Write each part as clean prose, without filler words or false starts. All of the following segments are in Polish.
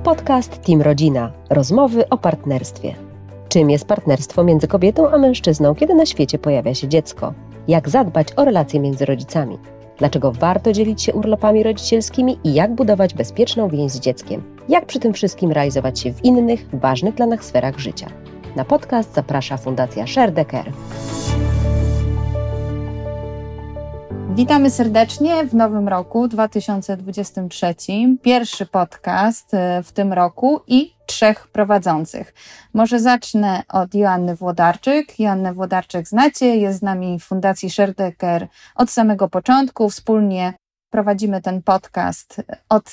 Podcast Team Rodzina. Rozmowy o partnerstwie. Czym jest partnerstwo między kobietą a mężczyzną, kiedy na świecie pojawia się dziecko? Jak zadbać o relacje między rodzicami? Dlaczego warto dzielić się urlopami rodzicielskimi i jak budować bezpieczną więź z dzieckiem? Jak przy tym wszystkim realizować się w innych, ważnych dla nas sferach życia? Na podcast zaprasza Fundacja Share the Care. Witamy serdecznie w nowym roku 2023. Pierwszy podcast w tym roku i 3 prowadzących. Może zacznę od Joanny Włodarczyk. Joannę Włodarczyk znacie, jest z nami w Fundacji Share the Care od samego początku. Wspólnie prowadzimy ten podcast od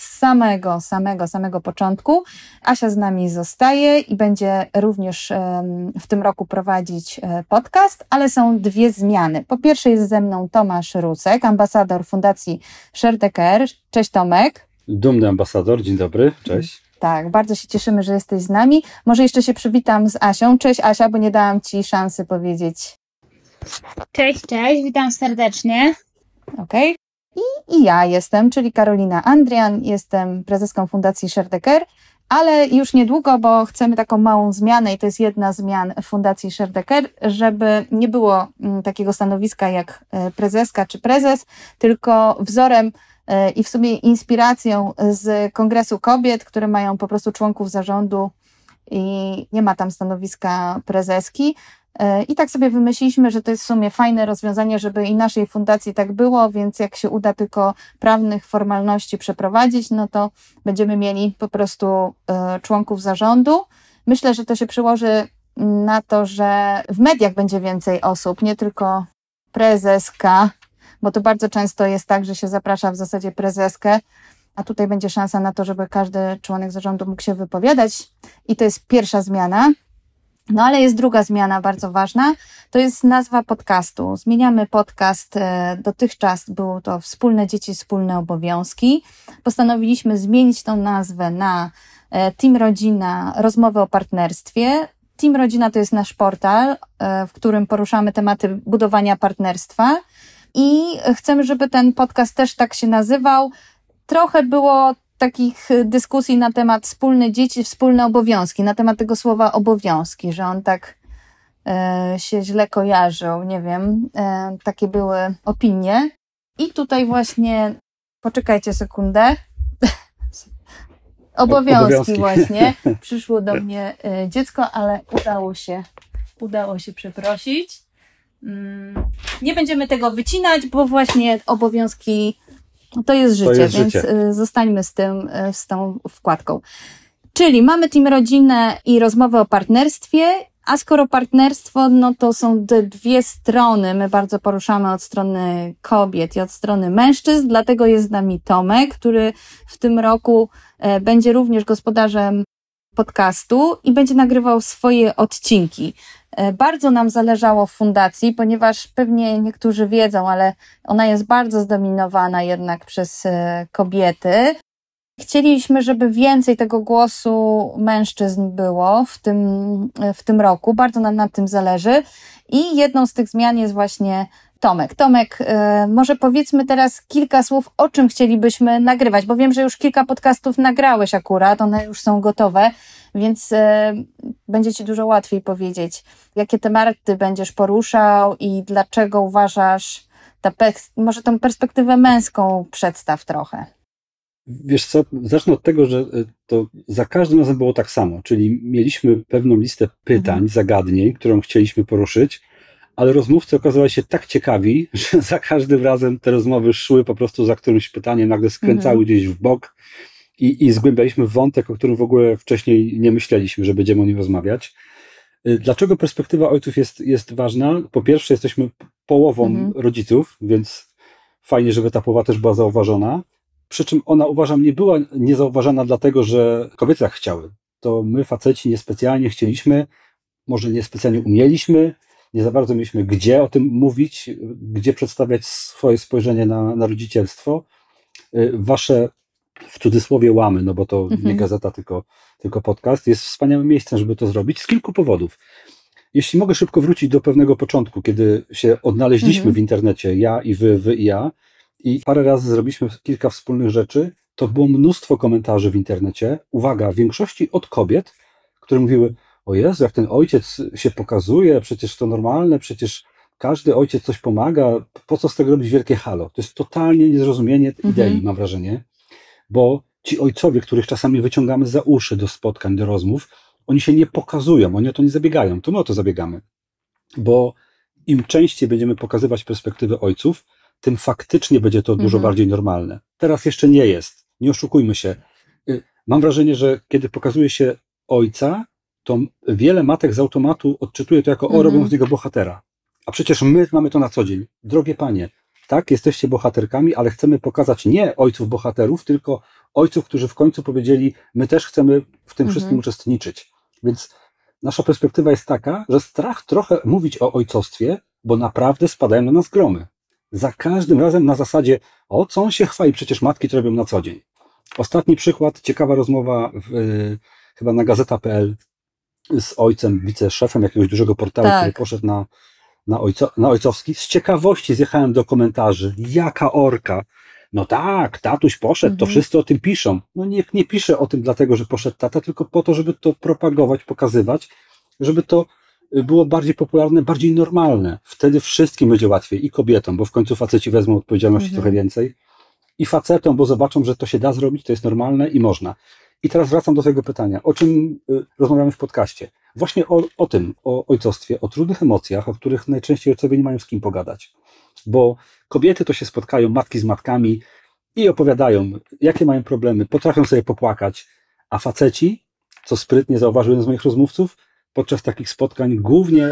samego początku. Asia z nami zostaje i będzie również w tym roku prowadzić podcast, ale są 2 zmiany. Po pierwsze jest ze mną Tomasz Rusek, ambasador Fundacji Share the Care. Cześć Tomek. Dumny ambasador, dzień dobry, cześć. Tak, bardzo się cieszymy, że jesteś z nami. Może jeszcze się przywitam z Asią. Cześć Asia, bo nie dałam Ci szansy powiedzieć. Cześć, witam serdecznie. Okej. I ja jestem, czyli Karolina Andrian, jestem prezeską Fundacji Share the Care, ale już niedługo, bo chcemy taką małą zmianę i to jest jedna z zmian Fundacji Share the Care, żeby nie było takiego stanowiska jak prezeska czy prezes, tylko wzorem i w sumie inspiracją z Kongresu Kobiet, które mają po prostu członków zarządu i nie ma tam stanowiska prezeski. I tak sobie wymyśliliśmy, że to jest w sumie fajne rozwiązanie, żeby i naszej fundacji tak było, więc jak się uda tylko prawnych formalności przeprowadzić, no to będziemy mieli po prostu członków zarządu. Myślę, że to się przełoży na to, że w mediach będzie więcej osób, nie tylko prezeska, bo to bardzo często jest tak, że się zaprasza w zasadzie prezeskę, a tutaj będzie szansa na to, żeby każdy członek zarządu mógł się wypowiadać i to jest pierwsza zmiana. No ale jest druga zmiana bardzo ważna, to jest nazwa podcastu. Zmieniamy podcast, dotychczas było to Wspólne dzieci, wspólne obowiązki. Postanowiliśmy zmienić tą nazwę na Team Rodzina, rozmowy o partnerstwie. Team Rodzina to jest nasz portal, w którym poruszamy tematy budowania partnerstwa i chcemy, żeby ten podcast też tak się nazywał. Trochę było takich dyskusji na temat wspólne dzieci, wspólne obowiązki, na temat tego słowa obowiązki, że on tak się źle kojarzył, nie wiem, takie były opinie. I tutaj właśnie, poczekajcie sekundę, obowiązki właśnie, przyszło do mnie dziecko, ale udało się przeprosić. Nie będziemy tego wycinać, bo właśnie obowiązki to jest życie, więc zostańmy z tą wkładką. Czyli mamy Team Rodzinę i rozmowę o partnerstwie, a skoro partnerstwo, no to są te 2 strony. My bardzo poruszamy od strony kobiet i od strony mężczyzn, dlatego jest z nami Tomek, który w tym roku będzie również gospodarzem podcastu i będzie nagrywał swoje odcinki. Bardzo nam zależało w fundacji, ponieważ pewnie niektórzy wiedzą, ale ona jest bardzo zdominowana jednak przez kobiety. Chcieliśmy, żeby więcej tego głosu mężczyzn było w tym roku. Bardzo nam na tym zależy. I jedną z tych zmian jest właśnie Tomek. Tomek, może powiedzmy teraz kilka słów, o czym chcielibyśmy nagrywać, bo wiem, że już kilka podcastów nagrałeś akurat, one już są gotowe, więc będzie Ci dużo łatwiej powiedzieć, jakie tematy będziesz poruszał i dlaczego uważasz, może tą perspektywę męską przedstaw trochę. Wiesz co, zacznę od tego, że to za każdym razem było tak samo, czyli mieliśmy pewną listę pytań, zagadnień, którą chcieliśmy poruszyć, ale rozmówcy okazali się tak ciekawi, że za każdym razem te rozmowy szły po prostu za którymś pytaniem, nagle skręcały gdzieś w bok i zgłębialiśmy wątek, o którym w ogóle wcześniej nie myśleliśmy, że będziemy o nim rozmawiać. Dlaczego perspektywa ojców jest ważna? Po pierwsze, jesteśmy połową rodziców, więc fajnie, żeby ta połowa też była zauważona. Przy czym ona, uważam, nie była niezauważana dlatego, że kobiety tak chciały. To my, faceci, niespecjalnie chcieliśmy, może niespecjalnie umieliśmy, nie za bardzo mieliśmy gdzie o tym mówić, gdzie przedstawiać swoje spojrzenie na rodzicielstwo. Wasze, w cudzysłowie, łamy, no bo to nie gazeta, tylko podcast, jest wspaniałym miejscem, żeby to zrobić z kilku powodów. Jeśli mogę szybko wrócić do pewnego początku, kiedy się odnaleźliśmy w internecie, ja i wy i ja, i parę razy zrobiliśmy kilka wspólnych rzeczy, to było mnóstwo komentarzy w internecie, uwaga, w większości od kobiet, które mówiły, o Jezu, jak ten ojciec się pokazuje, przecież to normalne, przecież każdy ojciec coś pomaga, po co z tego robić wielkie halo? To jest totalnie niezrozumienie idei, mam wrażenie, bo ci ojcowie, których czasami wyciągamy za uszy do spotkań, do rozmów, oni się nie pokazują, oni o to nie zabiegają, to my o to zabiegamy, bo im częściej będziemy pokazywać perspektywę ojców, tym faktycznie będzie to dużo bardziej normalne. Teraz jeszcze nie jest, nie oszukujmy się. Mam wrażenie, że kiedy pokazuje się ojca, to wiele matek z automatu odczytuje to jako, o, robią z niego bohatera. A przecież my mamy to na co dzień. Drogie panie, tak, jesteście bohaterkami, ale chcemy pokazać nie ojców bohaterów, tylko ojców, którzy w końcu powiedzieli, my też chcemy w tym wszystkim uczestniczyć. Więc nasza perspektywa jest taka, że strach trochę mówić o ojcostwie, bo naprawdę spadają na nas gromy. Za każdym razem na zasadzie, o co on się chwali, przecież matki to robią na co dzień. Ostatni przykład, ciekawa rozmowa chyba na gazeta.pl z ojcem, wiceszefem jakiegoś dużego portalu, który poszedł na ojcowski. Z ciekawości zjechałem do komentarzy. Jaka orka. No tak, tatuś poszedł, to wszyscy o tym piszą. No nikt nie pisze o tym dlatego, że poszedł tata, tylko po to, żeby to propagować, pokazywać, żeby to było bardziej popularne, bardziej normalne. Wtedy wszystkim będzie łatwiej i kobietom, bo w końcu faceci wezmą odpowiedzialności trochę więcej, i facetom, bo zobaczą, że to się da zrobić, to jest normalne i można. I teraz wracam do tego pytania. O czym rozmawiamy w podcaście? Właśnie o tym, o ojcostwie, o trudnych emocjach, o których najczęściej ojcowie nie mają z kim pogadać. Bo kobiety to się spotkają, matki z matkami i opowiadają, jakie mają problemy, potrafią sobie popłakać, a faceci, co sprytnie zauważył jeden z moich rozmówców, podczas takich spotkań głównie,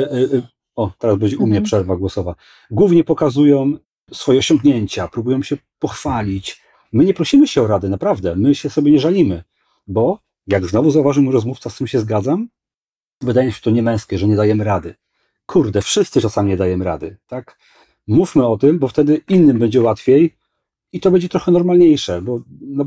teraz będzie u mnie przerwa głosowa, głównie pokazują swoje osiągnięcia, próbują się pochwalić. My nie prosimy się o radę, naprawdę, my się sobie nie żalimy, bo jak znowu zauważył mój rozmówca, z tym się zgadzam, wydaje mi się to niemęskie, że nie dajemy rady. Kurde, wszyscy czasami nie dajemy rady, tak? Mówmy o tym, bo wtedy innym będzie łatwiej i to będzie trochę normalniejsze, bo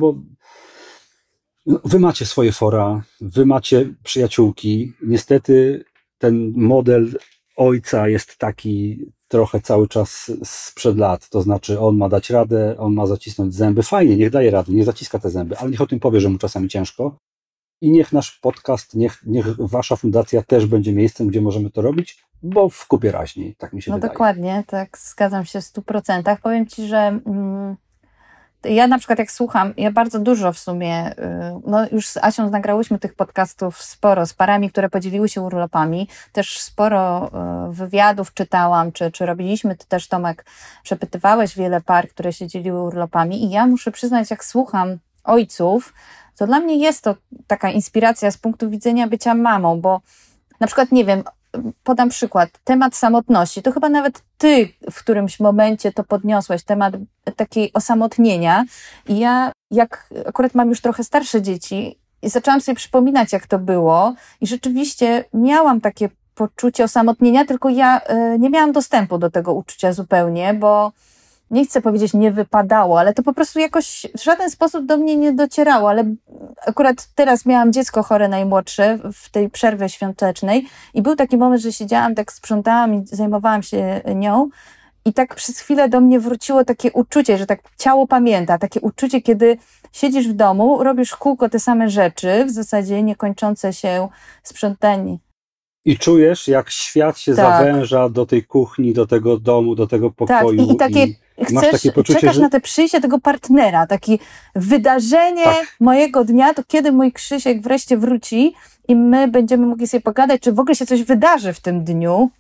wy macie swoje fora, wy macie przyjaciółki. Niestety ten model ojca jest taki trochę cały czas sprzed lat, to znaczy on ma dać radę, on ma zacisnąć zęby. Fajnie, niech daje radę, niech zaciska te zęby, ale niech o tym powie, że mu czasami ciężko. I niech nasz podcast, niech wasza fundacja też będzie miejscem, gdzie możemy to robić, bo w kupie raźniej, tak mi się wydaje. No dokładnie, tak, zgadzam się w 100%. Powiem ci, że ja na przykład jak słucham, ja bardzo dużo w sumie, już z Asią nagrałyśmy tych podcastów sporo, z parami, które podzieliły się urlopami, też sporo wywiadów czytałam, czy robiliśmy, ty też, Tomek, przepytywałeś wiele par, które się dzieliły urlopami i ja muszę przyznać, jak słucham ojców, to dla mnie jest to taka inspiracja z punktu widzenia bycia mamą, bo na przykład, nie wiem, podam przykład, temat samotności, to chyba nawet ty w którymś momencie to podniosłeś, temat takiej osamotnienia i ja, jak akurat mam już trochę starsze dzieci i zaczęłam sobie przypominać, jak to było i rzeczywiście miałam takie poczucie osamotnienia, tylko ja nie miałam dostępu do tego uczucia zupełnie, bo nie chcę powiedzieć nie wypadało, ale to po prostu jakoś w żaden sposób do mnie nie docierało, ale akurat teraz miałam dziecko chore najmłodsze w tej przerwie świątecznej i był taki moment, że siedziałam, tak sprzątałam i zajmowałam się nią i tak przez chwilę do mnie wróciło takie uczucie, że tak ciało pamięta, takie uczucie, kiedy siedzisz w domu, robisz w kółko te same rzeczy, w zasadzie niekończące się sprzątanie. I czujesz, jak świat się zawęża do tej kuchni, do tego domu, do tego pokoju. Tak, i takie masz takie poczucie, czekasz na te przyjście tego partnera, takie wydarzenie mojego dnia, to kiedy mój Krzysiek wreszcie wróci i my będziemy mogli sobie pogadać, czy w ogóle się coś wydarzy w tym dniu.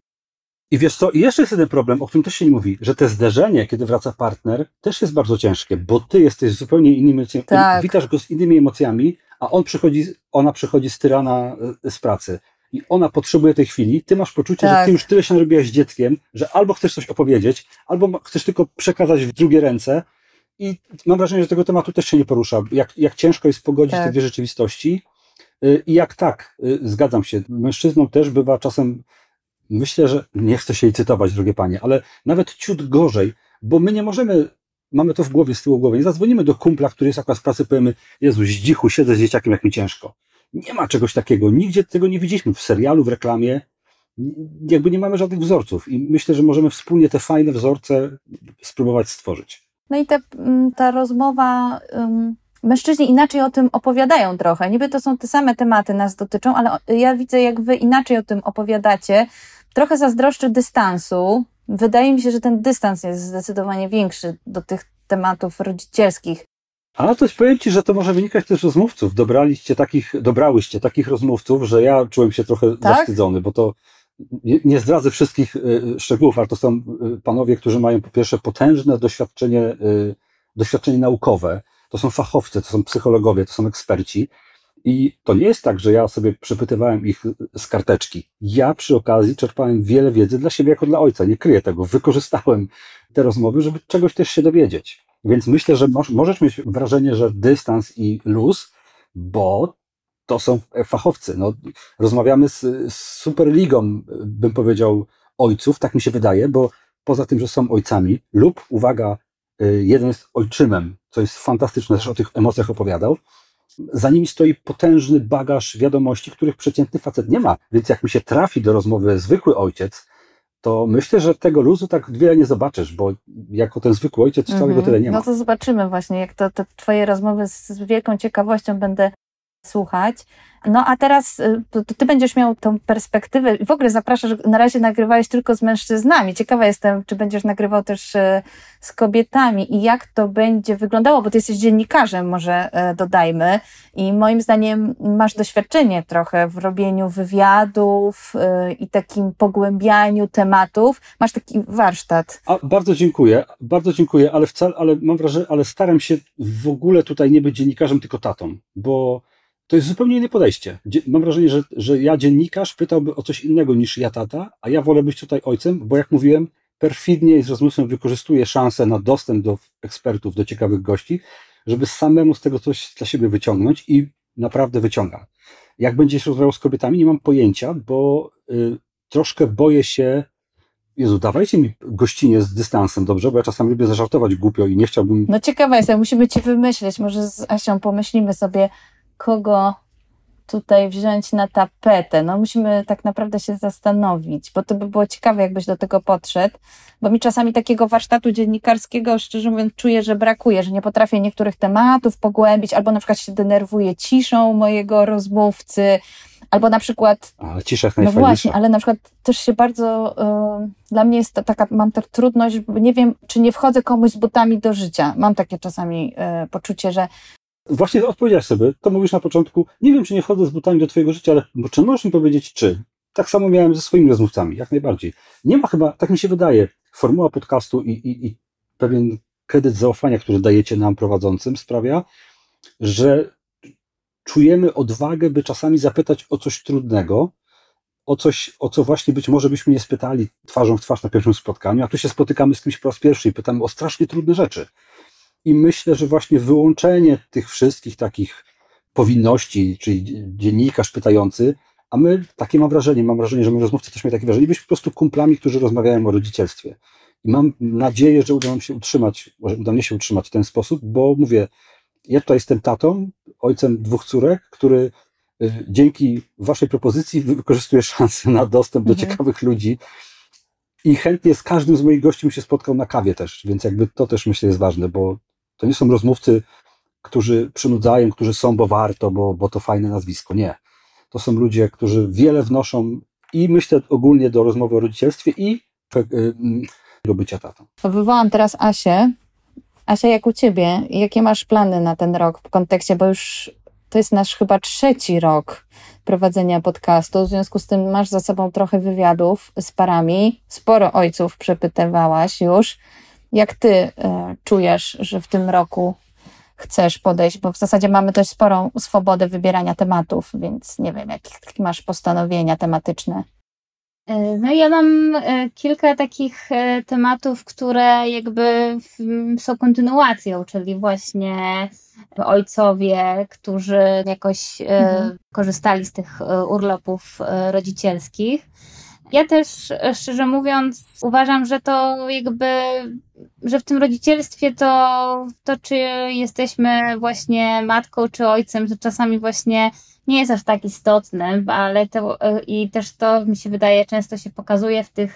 I wiesz co, i jeszcze jest jeden problem, o którym też się nie mówi, że te zderzenie, kiedy wraca partner, też jest bardzo ciężkie, bo ty jesteś zupełnie innymi emocjami, witasz go z innymi emocjami, a ona przychodzi z tyrana z pracy. I ona potrzebuje tej chwili, ty masz poczucie, że ty już tyle się narobiłaś z dzieckiem, że albo chcesz coś opowiedzieć, albo chcesz tylko przekazać w drugie ręce i mam wrażenie, że tego tematu też się nie porusza. Jak ciężko jest pogodzić te dwie rzeczywistości i jak zgadzam się, mężczyznom też bywa czasem, myślę, że nie chcę się jej cytować, drogie panie, ale nawet ciut gorzej, bo my nie możemy, mamy to w głowie, z tyłu głowy, nie zadzwonimy do kumpla, który jest akurat w pracy, powiemy, Jezu, zdzichu, siedzę z dzieciakiem, jak mi ciężko. Nie ma czegoś takiego, nigdzie tego nie widzieliśmy, w serialu, w reklamie, jakby nie mamy żadnych wzorców i myślę, że możemy wspólnie te fajne wzorce spróbować stworzyć. No i ta rozmowa mężczyźni inaczej o tym opowiadają trochę. Niby to są te same tematy, nas dotyczą, ale ja widzę, jak wy inaczej o tym opowiadacie. Trochę zazdroszczę dystansu. Wydaje mi się, że ten dystans jest zdecydowanie większy do tych tematów rodzicielskich. Ale to powiem Ci, że to może wynikać też z rozmówców. Dobrałyście takich rozmówców, że ja czułem się trochę zawstydzony, bo to nie zdradzę wszystkich szczegółów, ale to są panowie, którzy mają po pierwsze potężne doświadczenie naukowe. To są fachowcy, to są psychologowie, to są eksperci. I to nie jest tak, że ja sobie przepytywałem ich z karteczki. Ja przy okazji czerpałem wiele wiedzy dla siebie jako dla ojca. Nie kryję tego. Wykorzystałem te rozmowy, żeby czegoś też się dowiedzieć. Więc myślę, że możesz mieć wrażenie, że dystans i luz, bo to są fachowcy. No, rozmawiamy z superligą, bym powiedział, ojców, tak mi się wydaje, bo poza tym, że są ojcami lub, uwaga, jeden jest ojczymem, co jest fantastyczne, też o tych emocjach opowiadał, za nimi stoi potężny bagaż wiadomości, których przeciętny facet nie ma. Więc jak mi się trafi do rozmowy zwykły ojciec, to myślę, że tego luzu tak wiele nie zobaczysz, bo jako ten zwykły ojciec całego tyle nie ma. No to zobaczymy właśnie, jak te twoje rozmowy z wielką ciekawością będę słuchać. No a teraz to ty będziesz miał tą perspektywę i w ogóle zapraszasz, na razie nagrywałeś tylko z mężczyznami. Ciekawa jestem, czy będziesz nagrywał też z kobietami i jak to będzie wyglądało, bo ty jesteś dziennikarzem, może dodajmy, i moim zdaniem masz doświadczenie trochę w robieniu wywiadów i takim pogłębianiu tematów. Masz taki warsztat. Bardzo dziękuję, ale mam wrażenie, ale staram się w ogóle tutaj nie być dziennikarzem, tylko tatą, bo to jest zupełnie inne podejście. Mam wrażenie, że ja dziennikarz pytałby o coś innego niż ja tata, a ja wolę być tutaj ojcem, bo jak mówiłem, perfidnie i z rozmysłem wykorzystuję szansę na dostęp do ekspertów, do ciekawych gości, żeby samemu z tego coś dla siebie wyciągnąć i naprawdę wyciągam. Jak będziesz rozmawiał z kobietami, nie mam pojęcia, bo troszkę boję się. Jezu, dawajcie mi gościnie z dystansem, dobrze? Bo ja czasami lubię zażartować głupio i nie chciałbym... No ciekawa jestem, musimy ci wymyśleć, może z Asią pomyślimy sobie, kogo tutaj wziąć na tapetę. No musimy tak naprawdę się zastanowić, bo to by było ciekawe, jakbyś do tego podszedł, bo mi czasami takiego warsztatu dziennikarskiego, szczerze mówiąc, czuję, że brakuje, że nie potrafię niektórych tematów pogłębić, albo na przykład się denerwuję ciszą mojego rozmówcy, albo na przykład... Ale cisza jest no najfajniejsza. właśnie, ale na przykład też się bardzo... dla mnie jest to taka, mam tak trudność, bo nie wiem, czy nie wchodzę komuś z butami do życia. Mam takie czasami poczucie, że Właśnie odpowiedziałeś sobie, to mówisz na początku, nie wiem, czy nie wchodzę z butami do twojego życia, ale czy możesz mi powiedzieć, czy? Tak samo miałem ze swoimi rozmówcami, jak najbardziej. Nie ma chyba, tak mi się wydaje, formuła podcastu i pewien kredyt zaufania, który dajecie nam prowadzącym, sprawia, że czujemy odwagę, by czasami zapytać o coś trudnego, o coś, o co właśnie być może byśmy nie spytali twarzą w twarz na pierwszym spotkaniu, a tu się spotykamy z kimś po raz pierwszy i pytamy o strasznie trudne rzeczy. I myślę, że właśnie wyłączenie tych wszystkich takich powinności, czyli dziennikarz pytający, a my, takie mam wrażenie, że moi rozmówcy też mieli takie wrażenie, byliśmy po prostu kumplami, którzy rozmawiają o rodzicielstwie. I mam nadzieję, że uda mnie się utrzymać w ten sposób, bo mówię, ja tutaj jestem tatą, ojcem 2 córek, który dzięki waszej propozycji wykorzystuje szansę na dostęp do ciekawych ludzi i chętnie z każdym z moich gości bym się spotkał na kawie też, więc jakby to też myślę jest ważne, bo to nie są rozmówcy, którzy przynudzają, którzy są, bo warto, bo to fajne nazwisko. Nie. To są ludzie, którzy wiele wnoszą i myślę ogólnie do rozmowy o rodzicielstwie i do bycia tatą. Wywołam teraz Asię. Asia, jak u ciebie? Jakie masz plany na ten rok w kontekście, bo już to jest nasz chyba 3. rok prowadzenia podcastu, w związku z tym masz za sobą trochę wywiadów z parami, sporo ojców przepytywałaś już. Jak ty czujesz, że w tym roku chcesz podejść, bo w zasadzie mamy dość sporą swobodę wybierania tematów, więc nie wiem, jakie masz postanowienia tematyczne. No ja mam kilka takich tematów, które jakby są kontynuacją, czyli właśnie ojcowie, którzy jakoś korzystali z tych urlopów rodzicielskich. Ja też, szczerze mówiąc, uważam, że to jakby, że w tym rodzicielstwie to czy jesteśmy właśnie matką czy ojcem, to czasami właśnie nie jest aż tak istotne, ale to i też to mi się wydaje często się pokazuje w tych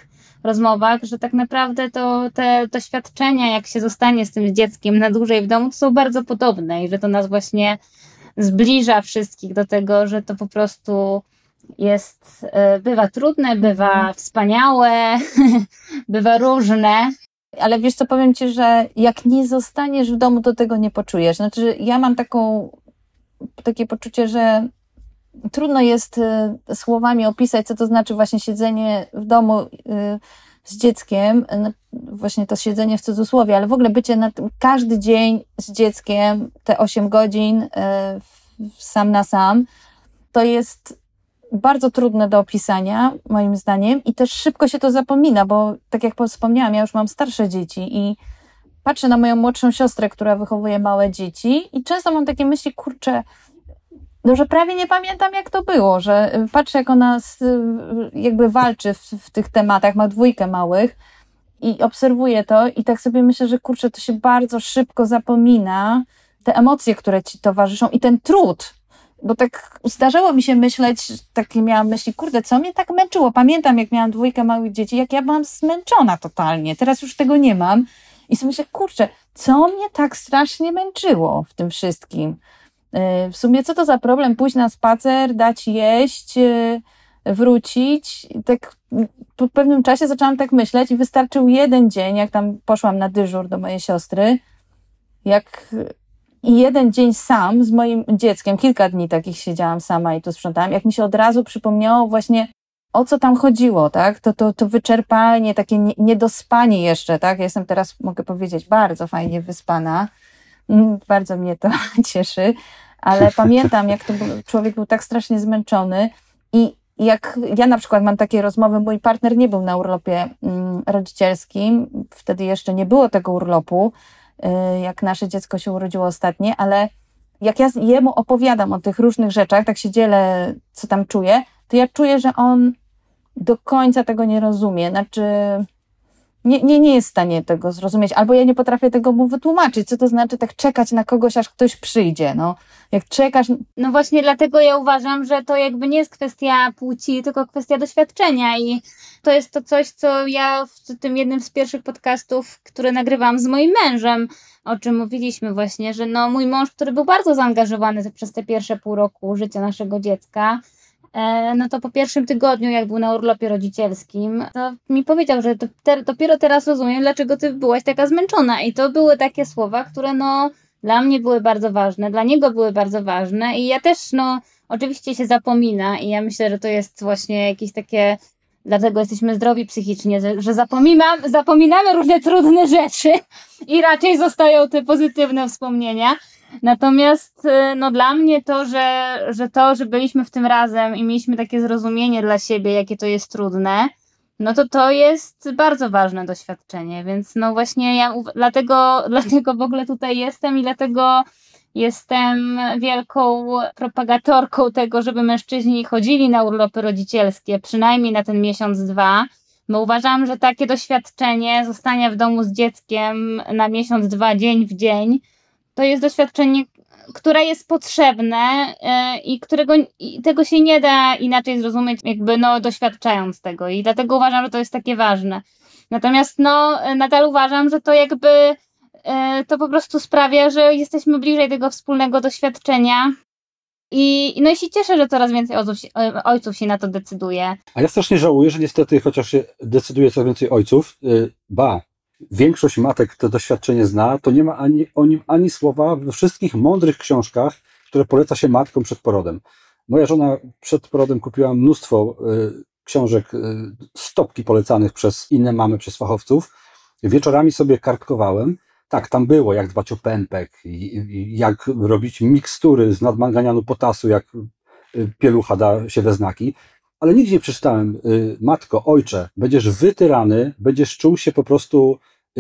rozmowach, że tak naprawdę to te doświadczenia, jak się zostanie z tym dzieckiem na dłużej w domu, to są bardzo podobne i że to nas właśnie zbliża wszystkich do tego, że to po prostu jest, bywa trudne, bywa wspaniałe, bywa różne. Ale wiesz co, powiem ci, że jak nie zostaniesz w domu, to tego nie poczujesz. Znaczy, ja mam takie poczucie, że trudno jest słowami opisać, co to znaczy właśnie siedzenie w domu z dzieckiem, właśnie to siedzenie w cudzysłowie, ale w ogóle bycie każdy dzień z dzieckiem, te 8 godzin sam na sam, to jest bardzo trudne do opisania, moim zdaniem, i też szybko się to zapomina, bo tak jak wspomniałam, ja już mam starsze dzieci i patrzę na moją młodszą siostrę, która wychowuje małe dzieci i często mam takie myśli, kurczę, no, że prawie nie pamiętam, jak to było, że patrzę, jak ona jakby walczy w tych tematach, ma 2 małych i obserwuję to i tak sobie myślę, że kurczę, to się bardzo szybko zapomina, te emocje, które ci towarzyszą i ten trud, bo tak zdarzało mi się myśleć, takie miałam myśli, kurde, co mnie tak męczyło? Pamiętam, jak miałam 2 małych dzieci, jak ja byłam zmęczona totalnie, teraz już tego nie mam i sobie myślę, kurczę, co mnie tak strasznie męczyło w tym wszystkim? W sumie co to za problem pójść na spacer, dać jeść, wrócić. Tak po pewnym czasie zaczęłam tak myśleć i wystarczył 1 dzień, jak tam poszłam na dyżur do mojej siostry, i 1 dzień sam z moim dzieckiem, kilka dni takich siedziałam sama i tu sprzątałam, jak mi się od razu przypomniało właśnie, o co tam chodziło, tak? To wyczerpanie, takie niedospanie jeszcze, tak? Ja jestem teraz, mogę powiedzieć, bardzo fajnie wyspana. Bardzo mnie to cieszy, ale pamiętam, jak człowiek był tak strasznie zmęczony i jak ja na przykład mam takie rozmowy, mój partner nie był na urlopie rodzicielskim, wtedy jeszcze nie było tego urlopu, jak nasze dziecko się urodziło ostatnie, ale jak ja jemu opowiadam o tych różnych rzeczach, tak się dzielę, co tam czuję, to ja czuję, że on do końca tego nie rozumie, znaczy nie jest w stanie tego zrozumieć, albo ja nie potrafię tego mu wytłumaczyć, co to znaczy tak czekać na kogoś, aż ktoś przyjdzie, no. Jak czekasz... No właśnie dlatego ja uważam, że to jakby nie jest kwestia płci, tylko kwestia doświadczenia i to jest to coś, co ja w tym jednym z pierwszych podcastów, które nagrywam z moim mężem, o czym mówiliśmy właśnie, że no mój mąż, który był bardzo zaangażowany przez te pierwsze pół roku życia naszego dziecka, no to po pierwszym tygodniu, jak był na urlopie rodzicielskim, to mi powiedział, że dopiero teraz rozumiem, dlaczego ty byłaś taka zmęczona. I to były takie słowa, które no dla mnie były bardzo ważne, dla niego były bardzo ważne i ja też no oczywiście się zapomina i ja myślę, że to jest właśnie jakieś takie, dlatego jesteśmy zdrowi psychicznie, że zapominamy różne trudne rzeczy i raczej zostają te pozytywne wspomnienia. Natomiast no dla mnie to, że byliśmy w tym razem i mieliśmy takie zrozumienie dla siebie, jakie to jest trudne, no to jest bardzo ważne doświadczenie, więc no właśnie ja dlatego w ogóle tutaj jestem i dlatego jestem wielką propagatorką tego, żeby mężczyźni chodzili na urlopy rodzicielskie, przynajmniej na ten miesiąc, 2, bo uważam, że takie doświadczenie zostania w domu z dzieckiem na miesiąc, 2, dzień w dzień, to jest doświadczenie, które jest potrzebne i tego się nie da inaczej zrozumieć, jakby no doświadczając tego i dlatego uważam, że to jest takie ważne. Natomiast no nadal uważam, że to jakby to po prostu sprawia, że jesteśmy bliżej tego wspólnego doświadczenia no i się cieszę, że coraz więcej ojców się na to decyduje. A ja strasznie żałuję, że niestety chociaż się decyduje coraz więcej ojców, większość matek to doświadczenie zna, to nie ma o nim ani słowa we wszystkich mądrych książkach, które poleca się matkom przed porodem. Moja żona przed porodem kupiła mnóstwo książek, stopki polecanych przez inne mamy, przez fachowców. Wieczorami sobie kartkowałem. Tak, tam było, jak dbać o pępek, jak robić mikstury z nadmanganianu potasu, jak pielucha da się we znaki. Ale nigdzie nie przeczytałem, matko, ojcze, będziesz wytyrany, będziesz czuł się po prostu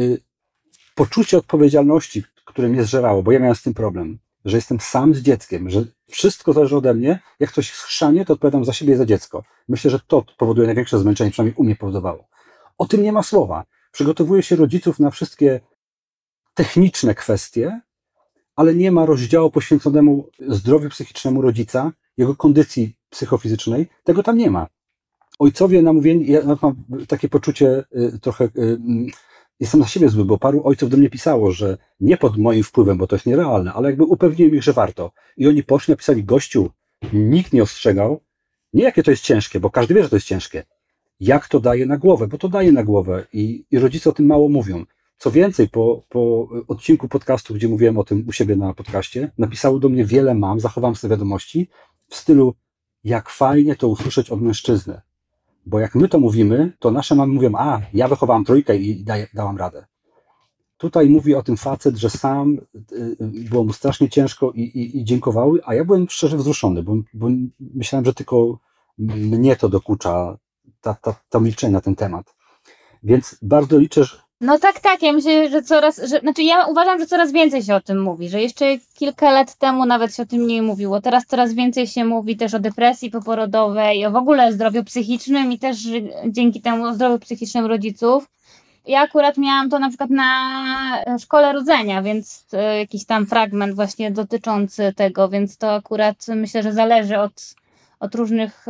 poczucie odpowiedzialności, które mnie zżerało, bo ja miałem z tym problem, że jestem sam z dzieckiem, że wszystko zależy ode mnie, jak coś schrzanie, to odpowiadam za siebie i za dziecko. Myślę, że to powoduje największe zmęczenie, przynajmniej u mnie powodowało. O tym nie ma słowa. Przygotowuje się rodziców na wszystkie techniczne kwestie, ale nie ma rozdziału poświęconemu zdrowiu psychicznemu rodzica, jego kondycji psychofizycznej. Tego tam nie ma. Ojcowie namówieni, ja mam takie poczucie trochę, jestem na siebie zły, bo paru ojców do mnie pisało, że nie pod moim wpływem, bo to jest nierealne, ale jakby upewniłem ich, że warto. I oni poszli, napisali, gościu, nikt nie ostrzegał, nie jakie to jest ciężkie, bo każdy wie, że to jest ciężkie. Jak to daje na głowę, bo to daje na głowę i rodzice o tym mało mówią. Co więcej, po odcinku podcastu, gdzie mówiłem o tym u siebie na podcaście, napisało do mnie wiele mam, zachowam sobie wiadomości w stylu, jak fajnie to usłyszeć od mężczyzny. Bo jak my to mówimy, to nasze mamy mówią, ja wychowałam trójkę i dałam radę. Tutaj mówi o tym facet, że sam było mu strasznie ciężko i dziękowały, a ja byłem szczerze wzruszony, bo myślałem, że tylko mnie to dokucza, to milczenie na ten temat. Więc bardzo liczę, że... No tak, ja myślę, że ja uważam, że coraz więcej się o tym mówi, że jeszcze kilka lat temu nawet się o tym mniej mówiło. Teraz coraz więcej się mówi też o depresji poporodowej, o w ogóle zdrowiu psychicznym i też dzięki temu o zdrowiu psychicznym rodziców. Ja akurat miałam to na przykład na szkole rodzenia, więc jakiś tam fragment właśnie dotyczący tego, więc to akurat myślę, że zależy od różnych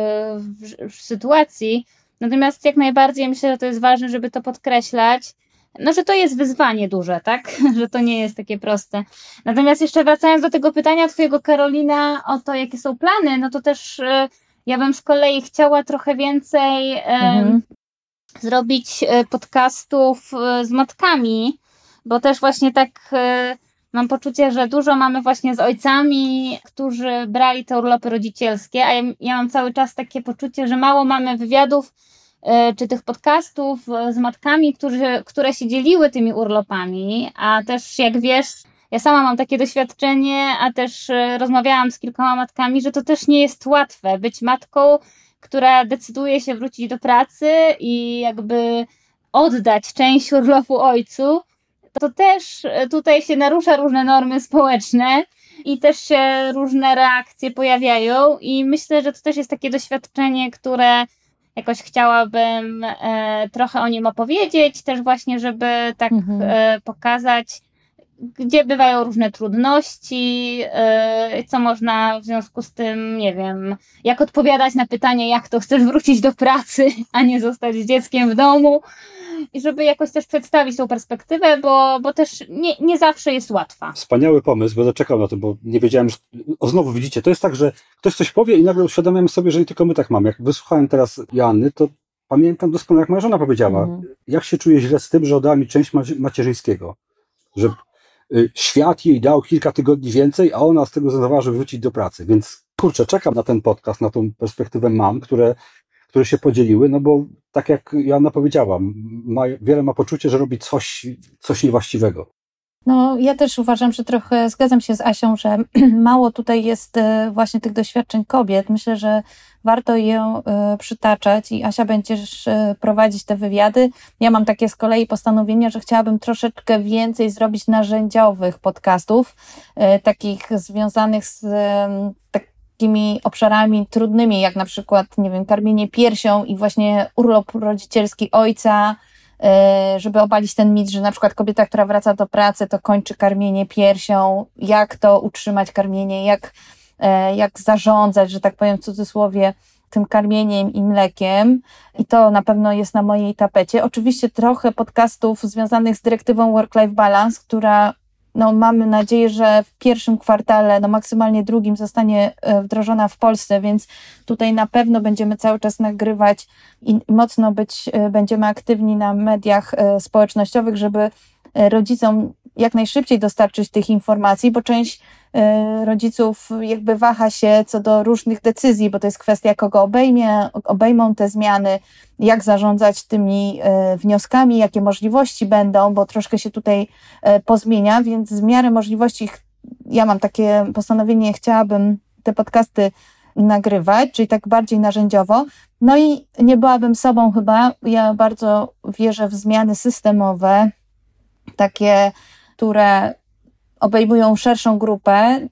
sytuacji. Natomiast jak najbardziej myślę, że to jest ważne, żeby to podkreślać, że to jest wyzwanie duże, tak? Że to nie jest takie proste. Natomiast jeszcze wracając do tego pytania twojego, Karolina, o to, jakie są plany, no to też ja bym z kolei chciała trochę więcej zrobić podcastów z matkami, bo też właśnie tak mam poczucie, że dużo mamy właśnie z ojcami, którzy brali te urlopy rodzicielskie, a ja mam cały czas takie poczucie, że mało mamy wywiadów czy tych podcastów z matkami, które się dzieliły tymi urlopami, a też jak wiesz, ja sama mam takie doświadczenie, a też rozmawiałam z kilkoma matkami, że to też nie jest łatwe być matką, która decyduje się wrócić do pracy i jakby oddać część urlopu ojcu, to też tutaj się narusza różne normy społeczne i też się różne reakcje pojawiają i myślę, że to też jest takie doświadczenie, które jakoś chciałabym trochę o nim opowiedzieć, też właśnie, żeby tak pokazać, gdzie bywają różne trudności, co można w związku z tym, nie wiem, jak odpowiadać na pytanie, jak to chcesz wrócić do pracy, a nie zostać z dzieckiem w domu. I żeby jakoś też przedstawić tą perspektywę, bo też nie zawsze jest łatwa. Wspaniały pomysł, będę czekał na to, bo nie wiedziałem, że... Znowu widzicie, to jest tak, że ktoś coś powie i nagle uświadamiam sobie, że nie tylko my tak mamy. Jak wysłuchałem teraz Joanny, to pamiętam doskonale, jak moja żona powiedziała, jak się czuję źle z tym, że oddała mi część macierzyńskiego. Że świat jej dał kilka tygodni więcej, a ona z tego zdecydowała, żeby wrócić do pracy. Więc kurczę, czekam na ten podcast, na tą perspektywę mam, które się podzieliły, no bo tak jak Joanna powiedziała, wiele ma poczucie, że robi coś niewłaściwego. No, ja też uważam, że trochę zgadzam się z Asią, że mało tutaj jest właśnie tych doświadczeń kobiet. Myślę, że warto je przytaczać i Asia, będziesz prowadzić te wywiady. Ja mam takie z kolei postanowienie, że chciałabym troszeczkę więcej zrobić narzędziowych podcastów, takich związanych z takimi obszarami trudnymi, jak na przykład, nie wiem, karmienie piersią i właśnie urlop rodzicielski ojca, żeby obalić ten mit, że na przykład kobieta, która wraca do pracy, to kończy karmienie piersią, jak to utrzymać karmienie, jak zarządzać, że tak powiem w cudzysłowie, tym karmieniem i mlekiem i to na pewno jest na mojej tapecie. Oczywiście trochę podcastów związanych z dyrektywą Work-Life Balance, która mamy nadzieję, że w pierwszym kwartale, maksymalnie drugim zostanie wdrożona w Polsce, więc tutaj na pewno będziemy cały czas nagrywać i mocno będziemy aktywni na mediach społecznościowych, żeby rodzicom jak najszybciej dostarczyć tych informacji, bo część rodziców jakby waha się co do różnych decyzji, bo to jest kwestia, kogo obejmą te zmiany, jak zarządzać tymi wnioskami, jakie możliwości będą, bo troszkę się tutaj pozmienia, więc w miarę możliwości ja mam takie postanowienie, chciałabym te podcasty nagrywać, czyli tak bardziej narzędziowo. No i nie byłabym sobą chyba, ja bardzo wierzę w zmiany systemowe, takie, które obejmują szerszą grupę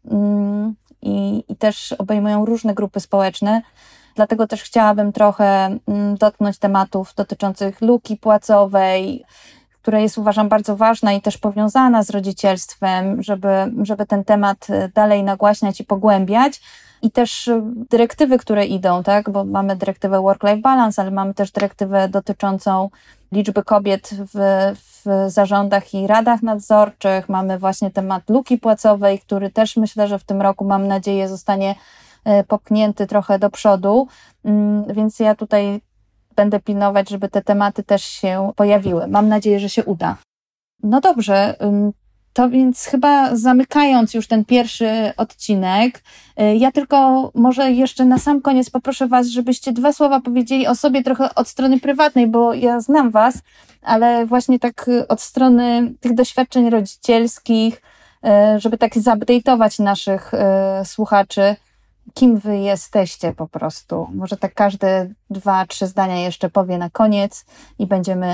i też obejmują różne grupy społeczne. Dlatego też chciałabym trochę dotknąć tematów dotyczących luki płacowej, która jest, uważam, bardzo ważna i też powiązana z rodzicielstwem, żeby ten temat dalej nagłaśniać i pogłębiać. i też dyrektywy, które idą, tak? Bo mamy dyrektywę Work-Life Balance, ale mamy też dyrektywę dotyczącą liczby kobiet w zarządach i radach nadzorczych. Mamy właśnie temat luki płacowej, który też myślę, że w tym roku, mam nadzieję, zostanie popchnięty trochę do przodu, więc ja tutaj będę pilnować, żeby te tematy też się pojawiły. Mam nadzieję, że się uda. No dobrze, to więc chyba zamykając już ten pierwszy odcinek, ja tylko może jeszcze na sam koniec poproszę Was, żebyście 2 słowa powiedzieli o sobie trochę od strony prywatnej, bo ja znam Was, ale właśnie tak od strony tych doświadczeń rodzicielskich, żeby tak zupdate'ować naszych słuchaczy, kim Wy jesteście po prostu. Może tak każde 2-3 zdania jeszcze powie na koniec i będziemy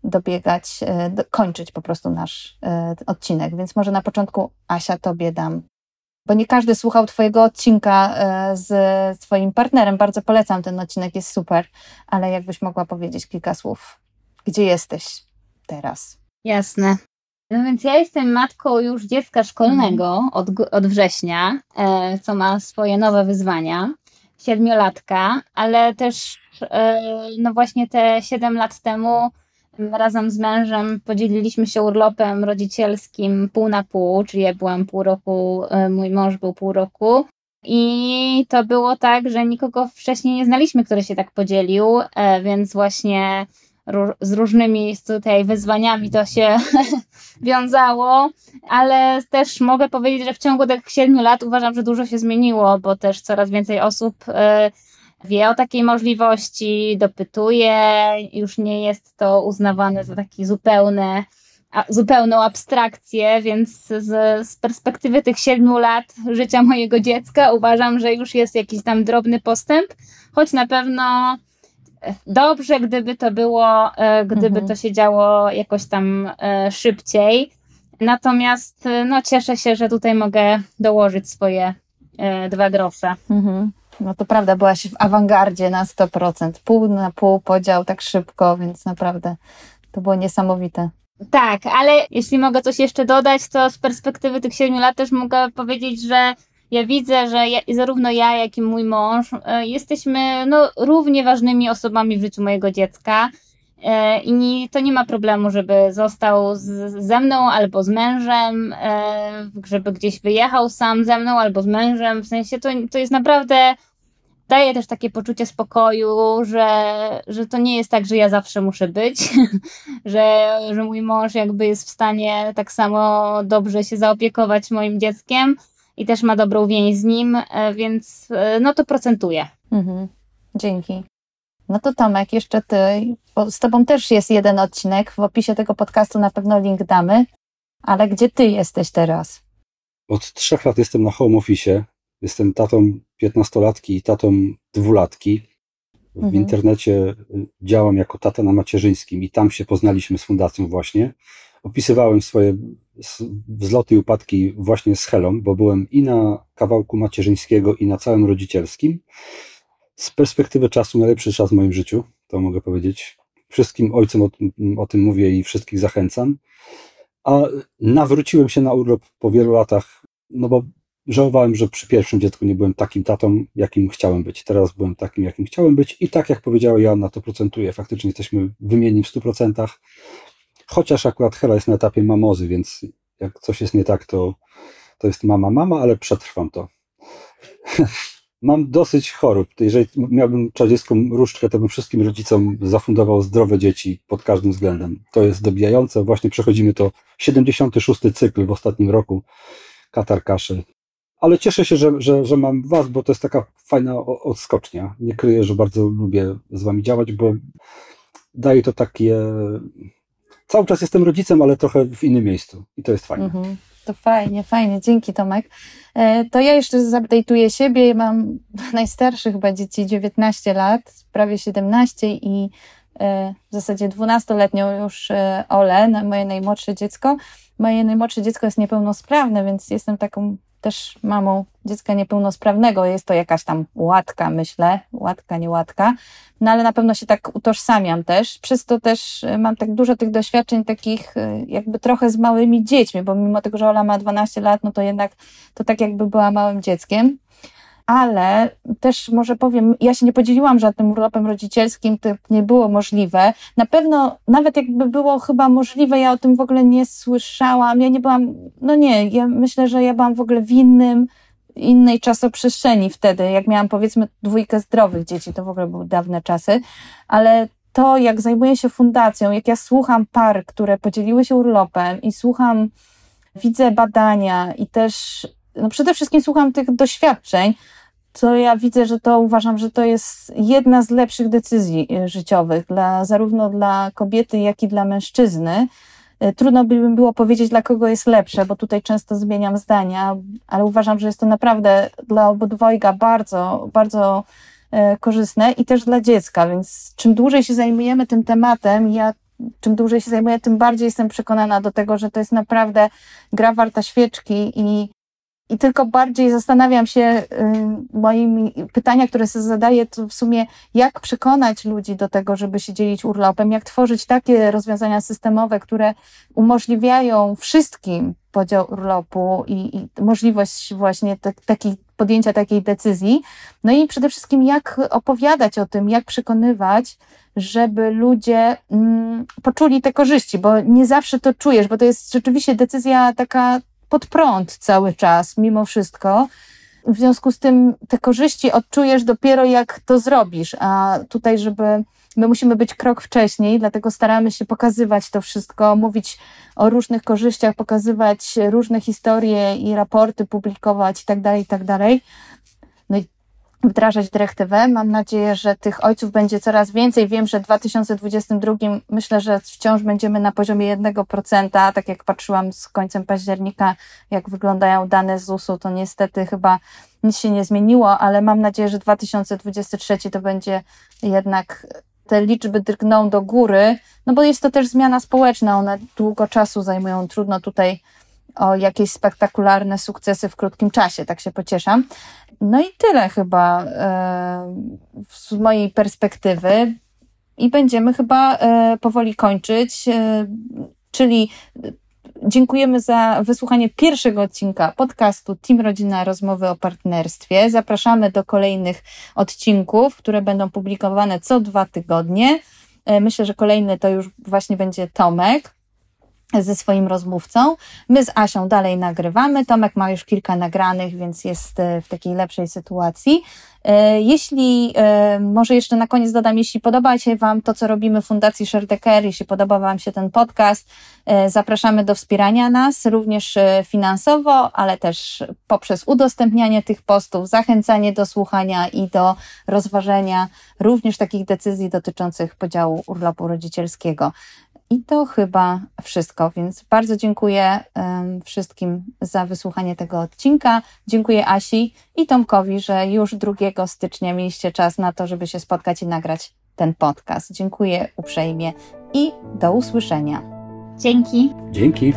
kończyć po prostu nasz odcinek. Więc może na początku, Asia, Tobie dam. Bo nie każdy słuchał Twojego odcinka z Twoim partnerem. Bardzo polecam, ten odcinek jest super. Ale jakbyś mogła powiedzieć kilka słów. Gdzie jesteś teraz? Jasne. No więc ja jestem matką już dziecka szkolnego od września, co ma swoje nowe wyzwania. 7-latka, ale też no właśnie te 7 lat temu razem z mężem podzieliliśmy się urlopem rodzicielskim pół na pół, czyli ja byłam pół roku, mój mąż był pół roku. I to było tak, że nikogo wcześniej nie znaliśmy, który się tak podzielił, więc właśnie z różnymi tutaj wyzwaniami to się wiązało, ale też mogę powiedzieć, że w ciągu tych 7 lat uważam, że dużo się zmieniło, bo też coraz więcej osób wie o takiej możliwości, dopytuje, już nie jest to uznawane za takie zupełną abstrakcję, więc z perspektywy tych 7 lat życia mojego dziecka uważam, że już jest jakiś tam drobny postęp, choć na pewno dobrze, gdyby to było, gdyby to się działo jakoś tam szybciej. Natomiast no, cieszę się, że tutaj mogę dołożyć swoje 2 grosze. No to prawda, byłaś w awangardzie na 100%. Pół na pół podział tak szybko, więc naprawdę to było niesamowite. Tak, ale jeśli mogę coś jeszcze dodać, to z perspektywy tych 7 lat też mogę powiedzieć, że ja widzę, że zarówno ja, jak i mój mąż jesteśmy równie ważnymi osobami w życiu mojego dziecka i to nie ma problemu, żeby został ze mną albo z mężem, żeby gdzieś wyjechał sam ze mną albo z mężem, w sensie to jest naprawdę, daje też takie poczucie spokoju, że to nie jest tak, że ja zawsze muszę być, że mój mąż jakby jest w stanie tak samo dobrze się zaopiekować moim dzieckiem i też ma dobrą więź z nim, więc no to procentuje. Dzięki. No to Tomek, jeszcze Ty, bo z Tobą też jest jeden odcinek, w opisie tego podcastu na pewno link damy, ale gdzie Ty jesteś teraz? Od 3 lat jestem na home office. Jestem tatą 15-latki i tatą 2-latki. W internecie działam jako tata na macierzyńskim i tam się poznaliśmy z fundacją właśnie. Opisywałem swoje wzloty i upadki właśnie z Helą, bo byłem i na kawałku macierzyńskiego, i na całym rodzicielskim. Z perspektywy czasu najlepszy czas w moim życiu, to mogę powiedzieć. Wszystkim ojcom o tym mówię i wszystkich zachęcam. A nawróciłem się na urlop po wielu latach, no bo żałowałem, że przy pierwszym dziecku nie byłem takim tatą, jakim chciałem być. Teraz byłem takim, jakim chciałem być i tak jak powiedziała Joanna, to procentuję. Faktycznie jesteśmy wymienni w 100%. Chociaż akurat Hela jest na etapie mamozy, więc jak coś jest nie tak, to jest mama, ale przetrwam to. Mam dosyć chorób. Jeżeli miałbym czarodziejską różdżkę, to bym wszystkim rodzicom zafundował zdrowe dzieci pod każdym względem. To jest dobijające. Właśnie przechodzimy to 76. cykl w ostatnim roku. Katar kaszy. Ale cieszę się, że mam was, bo to jest taka fajna odskocznia. Nie kryję, że bardzo lubię z wami działać, bo daje to takie... Cały czas jestem rodzicem, ale trochę w innym miejscu. I to jest fajne. To fajnie. Dzięki, Tomek. To ja jeszcze zupdate'uję siebie. Mam najstarszych chyba dzieci 19 lat, prawie 17 i w zasadzie 12-letnią już Olę, moje najmłodsze dziecko. Moje najmłodsze dziecko jest niepełnosprawne, więc jestem taką też mamą dziecka niepełnosprawnego. Jest to jakaś tam łatka, myślę. Łatka, nie łatka. No ale na pewno się tak utożsamiam też. Przez to też mam tak dużo tych doświadczeń takich jakby trochę z małymi dziećmi, bo mimo tego, że Ola ma 12 lat, no to jednak to tak jakby była małym dzieckiem. ale też może powiem, ja się nie podzieliłam żadnym urlopem rodzicielskim, to nie było możliwe. Na pewno, nawet jakby było chyba możliwe, ja o tym w ogóle nie słyszałam, ja nie byłam, ja myślę, że ja byłam w ogóle w innej czasoprzestrzeni wtedy, jak miałam powiedzmy 2 zdrowych dzieci, to w ogóle były dawne czasy, ale to jak zajmuję się fundacją, jak ja słucham par, które podzieliły się urlopem i widzę badania i też przede wszystkim słucham tych doświadczeń, to ja widzę, uważam, że to jest jedna z lepszych decyzji życiowych, zarówno dla kobiety, jak i dla mężczyzny. Trudno by mi było powiedzieć, dla kogo jest lepsze, bo tutaj często zmieniam zdania, ale uważam, że jest to naprawdę dla obydwojga bardzo, bardzo korzystne i też dla dziecka, więc czym dłużej się zajmujemy tym tematem, czym dłużej się zajmuję, tym bardziej jestem przekonana do tego, że to jest naprawdę gra warta świeczki i tylko bardziej zastanawiam się moimi pytania, które sobie zadaję, to w sumie jak przekonać ludzi do tego, żeby się dzielić urlopem, jak tworzyć takie rozwiązania systemowe, które umożliwiają wszystkim podział urlopu i możliwość właśnie podjęcia takiej decyzji. No i przede wszystkim jak opowiadać o tym, jak przekonywać, żeby ludzie poczuli te korzyści, bo nie zawsze to czujesz, bo to jest rzeczywiście decyzja taka pod prąd cały czas, mimo wszystko. W związku z tym te korzyści odczujesz dopiero jak to zrobisz, a tutaj, my musimy być krok wcześniej, dlatego staramy się pokazywać to wszystko, mówić o różnych korzyściach, pokazywać różne historie i raporty, publikować itd., itd. No i wdrażać dyrektywę. Mam nadzieję, że tych ojców będzie coraz więcej. Wiem, że w 2022 myślę, że wciąż będziemy na poziomie 1%. Tak jak patrzyłam z końcem października, jak wyglądają dane z ZUS-u, to niestety chyba nic się nie zmieniło, ale mam nadzieję, że 2023 to będzie jednak te liczby drgną do góry, no bo jest to też zmiana społeczna, one długo czasu zajmują, trudno tutaj o jakieś spektakularne sukcesy w krótkim czasie, tak się pocieszam. No i tyle chyba z mojej perspektywy i będziemy chyba powoli kończyć, czyli dziękujemy za wysłuchanie pierwszego odcinka podcastu Team Rodzina Rozmowy o partnerstwie. Zapraszamy do kolejnych odcinków, które będą publikowane co 2 tygodnie. Myślę, że kolejny to już właśnie będzie Tomek ze swoim rozmówcą. My z Asią dalej nagrywamy. Tomek ma już kilka nagranych, więc jest w takiej lepszej sytuacji. Jeśli, może jeszcze na koniec dodam, jeśli podoba się Wam to, co robimy w Fundacji Share the Care, jeśli podoba Wam się ten podcast, zapraszamy do wspierania nas, również finansowo, ale też poprzez udostępnianie tych postów, zachęcanie do słuchania i do rozważenia również takich decyzji dotyczących podziału urlopu rodzicielskiego. I to chyba wszystko, więc bardzo dziękuję wszystkim za wysłuchanie tego odcinka. Dziękuję Asi i Tomkowi, że już 2 stycznia mieliście czas na to, żeby się spotkać i nagrać ten podcast. Dziękuję uprzejmie i do usłyszenia. Dzięki. Dzięki.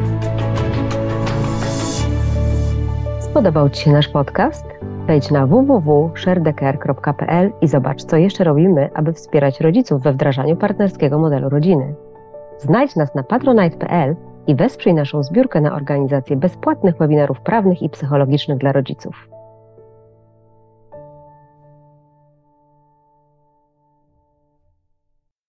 Spodobał Ci się nasz podcast? Wejdź na www.sharedecare.pl i zobacz, co jeszcze robimy, aby wspierać rodziców we wdrażaniu partnerskiego modelu rodziny. Znajdź nas na patronite.pl i wesprzyj naszą zbiórkę na organizację bezpłatnych webinarów prawnych i psychologicznych dla rodziców.